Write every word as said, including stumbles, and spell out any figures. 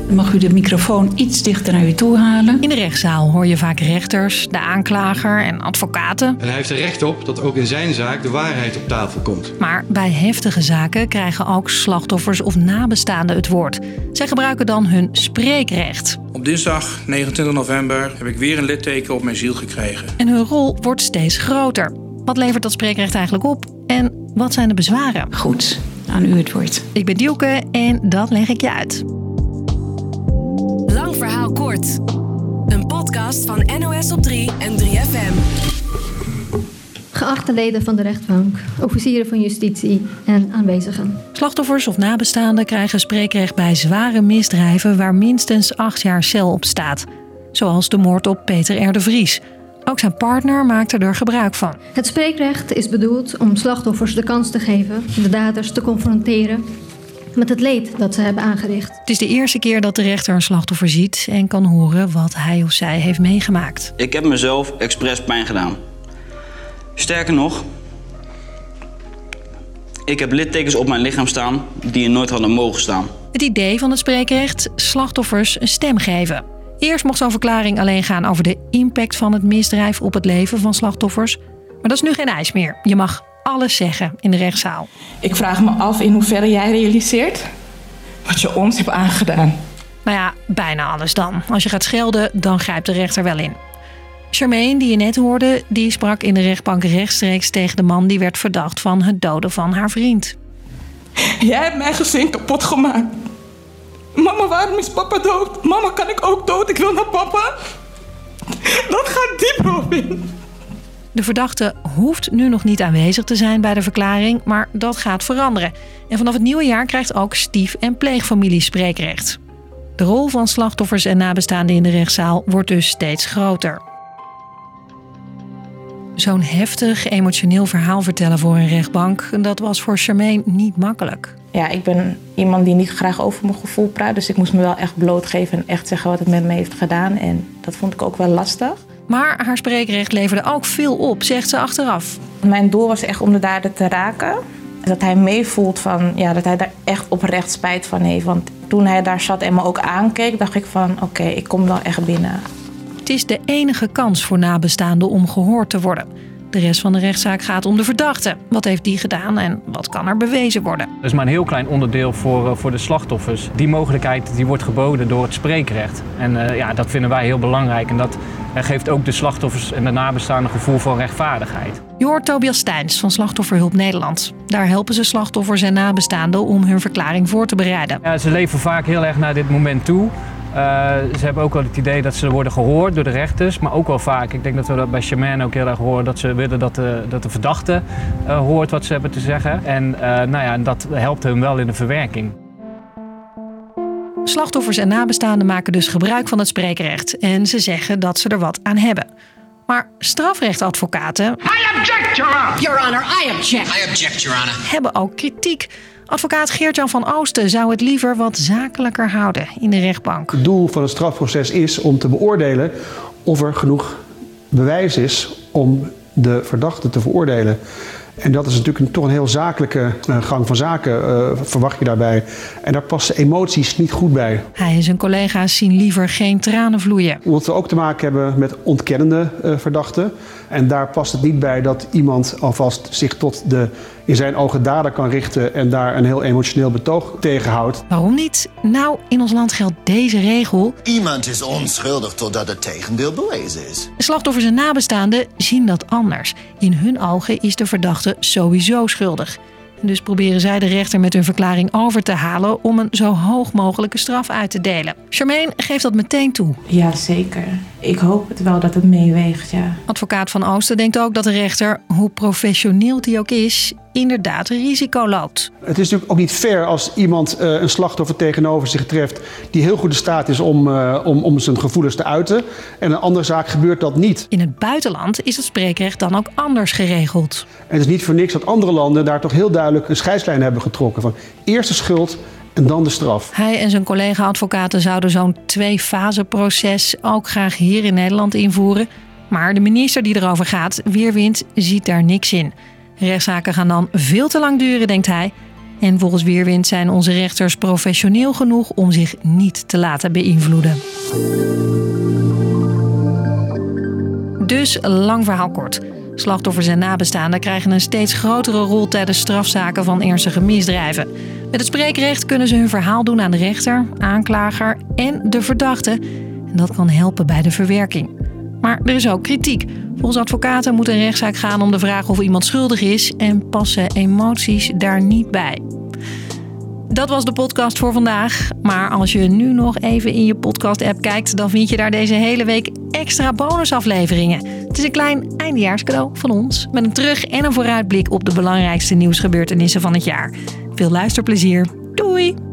Mag u de microfoon iets dichter naar u toe halen? In de rechtszaal hoor je vaak rechters, de aanklager en advocaten. En hij heeft er recht op dat ook in zijn zaak de waarheid op tafel komt. Maar bij heftige zaken krijgen ook slachtoffers of nabestaanden het woord. Zij gebruiken dan hun spreekrecht. Op dinsdag negenentwintig november heb ik weer een litteken op mijn ziel gekregen. En hun rol wordt steeds groter. Wat levert dat spreekrecht eigenlijk op? En wat zijn de bezwaren? Goed, aan u het woord. Ik ben Dielke en dat leg ik je uit. Lang verhaal kort. Een podcast van N O S op drie en drie F M. Geachte leden van de rechtbank, officieren van justitie en aanwezigen. Slachtoffers of nabestaanden krijgen spreekrecht bij zware misdrijven waar minstens acht jaar cel op staat. Zoals de moord op Peter R. de Vries. Ook zijn partner maakte er gebruik van. Het spreekrecht is bedoeld om slachtoffers de kans te geven de daders te confronteren met het leed dat ze hebben aangericht. Het is de eerste keer dat de rechter een slachtoffer ziet en kan horen wat hij of zij heeft meegemaakt. Ik heb mezelf expres pijn gedaan. Sterker nog, ik heb littekens op mijn lichaam staan die er nooit hadden mogen staan. Het idee van het spreekrecht: slachtoffers een stem geven. Eerst mocht zo'n verklaring alleen gaan over de impact van het misdrijf op het leven van slachtoffers. Maar dat is nu geen ijs meer. Je mag alles zeggen in de rechtszaal. Ik vraag me af in hoeverre jij realiseert wat je ons hebt aangedaan. Nou ja, bijna alles dan. Als je gaat schelden, dan grijpt de rechter wel in. Charmaine, die je net hoorde, die sprak in de rechtbank rechtstreeks tegen de man die werd verdacht van het doden van haar vriend. Jij hebt mijn gezin kapot gemaakt. Mama, waarom is papa dood? Mama, kan ik ook dood? Ik wil naar papa. Dat gaat diep, Robin. De verdachte hoeft nu nog niet aanwezig te zijn bij de verklaring, maar dat gaat veranderen. En vanaf het nieuwe jaar krijgt ook stief- en pleegfamilie spreekrecht. De rol van slachtoffers en nabestaanden in de rechtszaal wordt dus steeds groter. Zo'n heftig, emotioneel verhaal vertellen voor een rechtbank, dat was voor Charmaine niet makkelijk. Ja, ik ben iemand die niet graag over mijn gevoel praat, dus ik moest me wel echt blootgeven en echt zeggen wat het met me heeft gedaan. En dat vond ik ook wel lastig. Maar haar spreekrecht leverde ook veel op, zegt ze achteraf. Mijn doel was echt om de dader te raken. Dat hij meevoelt van, ja, dat hij daar echt oprecht spijt van heeft. Want toen hij daar zat en me ook aankeek, dacht ik van, oké, okay, ik kom wel echt binnen. Het is de enige kans voor nabestaanden om gehoord te worden. De rest van de rechtszaak gaat om de verdachte. Wat heeft die gedaan en wat kan er bewezen worden? Dat is maar een heel klein onderdeel voor, voor de slachtoffers. Die mogelijkheid die wordt geboden door het spreekrecht. En uh, ja, dat vinden wij heel belangrijk. En dat uh, geeft ook de slachtoffers en de nabestaanden een gevoel van rechtvaardigheid. Je hoort Tobias Steins van Slachtofferhulp Nederland. Daar helpen ze slachtoffers en nabestaanden om hun verklaring voor te bereiden. Ja, ze leven vaak heel erg naar dit moment toe. Uh, ze hebben ook wel het idee dat ze worden gehoord door de rechters, maar ook wel vaak. Ik denk dat we dat bij Charmaine ook heel erg horen, dat ze willen dat de, dat de verdachte uh, hoort wat ze hebben te zeggen. En uh, nou ja, dat helpt hun wel in de verwerking. Slachtoffers en nabestaanden maken dus gebruik van het spreekrecht en ze zeggen dat ze er wat aan hebben. Maar strafrechtadvocaten I object, Your Honor. Your Honor, I object. I object, Your Honor. hebben ook kritiek. Advocaat Geert-Jan van Oosten zou het liever wat zakelijker houden in de rechtbank. Het doel van het strafproces is om te beoordelen of er genoeg bewijs is om de verdachte te veroordelen. En dat is natuurlijk een, toch een heel zakelijke uh, gang van zaken, uh, verwacht je daarbij. En daar passen emoties niet goed bij. Hij en zijn collega's zien liever geen tranen vloeien. Omdat we ook te maken hebben met ontkennende uh, verdachten. En daar past het niet bij dat iemand alvast zich tot de in zijn ogen dader kan richten en daar een heel emotioneel betoog tegen houdt. Waarom niet? Nou, in ons land geldt deze regel. Iemand is onschuldig totdat het tegendeel bewezen is. Slachtoffers en nabestaanden zien dat anders. In hun ogen is de verdachte sowieso schuldig. En dus proberen zij de rechter met hun verklaring over te halen om een zo hoog mogelijke straf uit te delen. Charmaine geeft dat meteen toe. Ja, zeker. Ik hoop het wel dat het meeweegt, ja. Advocaat van Oosten denkt ook dat de rechter, hoe professioneel die ook is, inderdaad risico loopt. Het is natuurlijk ook niet fair als iemand uh, een slachtoffer tegenover zich treft die heel goed in staat is om, uh, om, om zijn gevoelens te uiten. En een andere zaak gebeurt dat niet. In het buitenland is het spreekrecht dan ook anders geregeld. En het is niet voor niks dat andere landen daar toch heel duidelijk een scheidslijn hebben getrokken van eerst de schuld en dan de straf. Hij en zijn collega-advocaten zouden zo'n twee-fase-proces ook graag hier in Nederland invoeren. Maar de minister die erover gaat, Weerwind, ziet daar niks in. Rechtszaken gaan dan veel te lang duren, denkt hij. En volgens Weerwind zijn onze rechters professioneel genoeg om zich niet te laten beïnvloeden. Dus, lang verhaal kort. Slachtoffers en nabestaanden krijgen een steeds grotere rol tijdens strafzaken van ernstige misdrijven. Met het spreekrecht kunnen ze hun verhaal doen aan de rechter, aanklager en de verdachte. En dat kan helpen bij de verwerking. Maar er is ook kritiek. Volgens advocaten moet een rechtszaak gaan om de vraag of iemand schuldig is en passen emoties daar niet bij. Dat was de podcast voor vandaag. Maar als je nu nog even in je podcast-app kijkt, dan vind je daar deze hele week extra bonusafleveringen. Het is een klein eindejaarscadeau van ons, met een terug- en een vooruitblik op de belangrijkste nieuwsgebeurtenissen van het jaar. Veel luisterplezier. Doei!